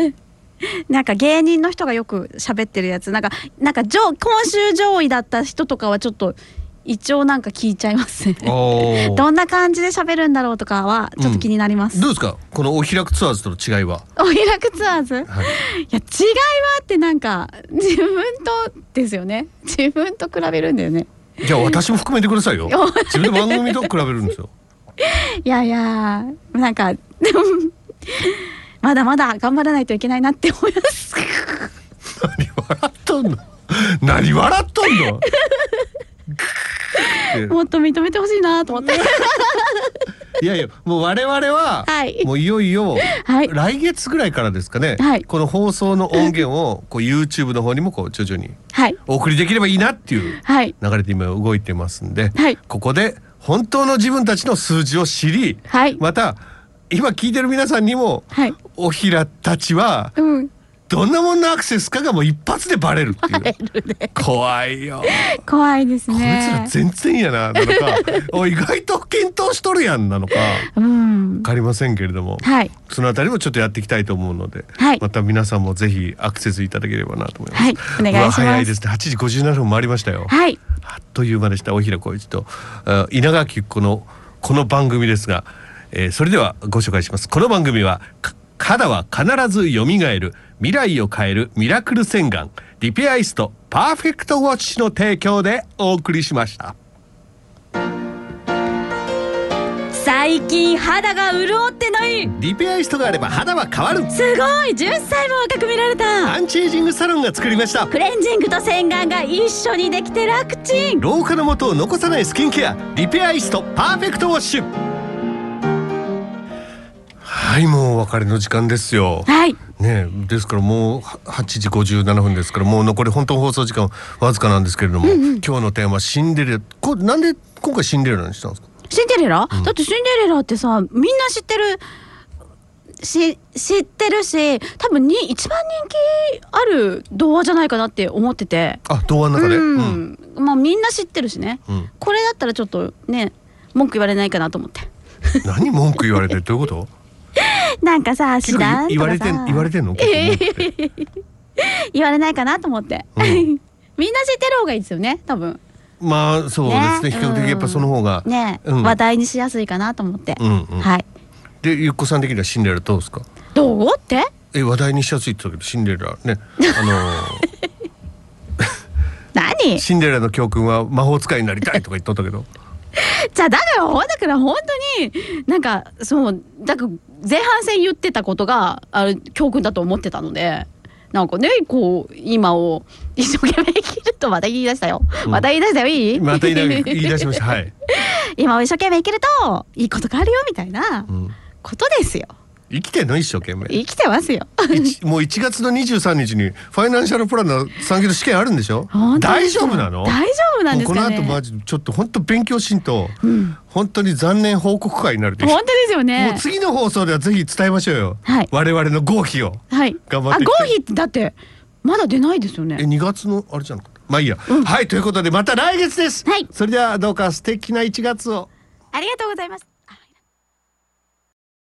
なんか芸人の人がよく喋ってるやつなんかなんか上今週上位だった人とかはちょっと一応なんか聞いちゃいますねおどんな感じで喋るんだろうとかはちょっと気になります、 うん、どうですかこのお開くツアーズとの違いは。 お開くツアーズ、はい、いや違いはってなんか自分とですよね。自分と比べるんだよね。 じゃあ私も含めてくださいよ自分の番組と比べるんですよいやいやなんかでもまだまだ頑張らないといけないなって思います何笑っとんの何笑っとんのもっと認めてほしいなと思っていやいやもう我々は、はい、もういよいよ、はい、来月ぐらいからですかね、はい、この放送の音源をこう YouTube の方にもこう徐々にお送りできればいいなっていう流れで今動いてますんで、はい、ここで本当の自分たちの数字を知り、はい、また今聞いてる皆さんにも、はい、おひらたちは、うんどんなもんのアクセスかがもう一発でバレるっていう、ね、怖いよ怖いですね。 こいつら全然やななのかお意外と検討しとるやんなのか、うん、分かりませんけれども、はい、そのあたりもちょっとやっていきたいと思うので、はい、また皆さんもぜひアクセスいただければなと思います、はい、 お願いします。 早いですね。はちじごじゅうななふん回りましたよ、はい、あっという間でした。大平浩一と稲垣このこの番組ですが、えー、それではご紹介します。この番組は肌は必ず蘇る未来を変えるミラクル洗顔リペアイストパーフェクトウォッチの提供でお送りしました。 最近肌が潤ってない。 リペアイストがあれば肌は変わる。 すごいじゅっさいも若く見られた。 アンチエイジングサロンが作りました。 クレンジングと洗顔が一緒にできて楽ちん。 老化の元を残さないスキンケアリペアイストパーフェクトウォッシュ。はいもうお別れの時間ですよ。はいね、ですからもうはちじごじゅうななふんですからもう残り本当放送時間わずかなんですけれども、うんうん、今日のテーマシンデレラ。こなんで今回シンデレラにしたんですか。 シンデレラ、うん、だってシンデレラってさみんな知ってるし知ってるし多分に一番人気ある童話じゃないかなって思ってて。 あ童話の中で、うんうん、まあみんな知ってるしね、うん、これだったらちょっとね文句言われないかなと思って何文句言われてどういうことなんかさ知らん言われてん言われてんの言われないかなと思って、うん、みんな知ってる方がいいですよね多分。 まあそうですね、比較的やっぱその方がね、うん、話題にしやすいかなと思って、うんうん、はい。 でゆっこさん的にはシンデレラどうですか。 どうってえ話題にしやすいって言ったけどシンデレラねあのー、 何シンデレラの教訓は魔法使いになりたいとか言っとったけどじゃあだからだから本当になんかそうだから前半戦言ってたことがあれ教訓だと思ってたのでなんかねこう今を一生懸命生きるとまた言い出したよ、うん、また言い出したよいいまた言い出しましたはい今を一生懸命生きるといいことがあるよみたいなことですよ、 うん、生きてんの一生懸命生きてますよもういちがつのにじゅうさんにちにファイナンシャルプランナーさん級の試験あるんでしょ。大丈夫なの。 大丈夫なんですかね。 この後マジちょっと本当勉強しんと、うん、本当に残念報告会になる。 本当ですよね。 もう次の放送ではぜひ伝えましょうよ、はい、我々の合否を、はい、頑張って。あ合否ってだってまだ出ないですよね。 えにがつのあれじゃなかった。まあいいや、うん、はいということでまた来月です、はい、それではどうか素敵ないちがつを。 ありがとうございます。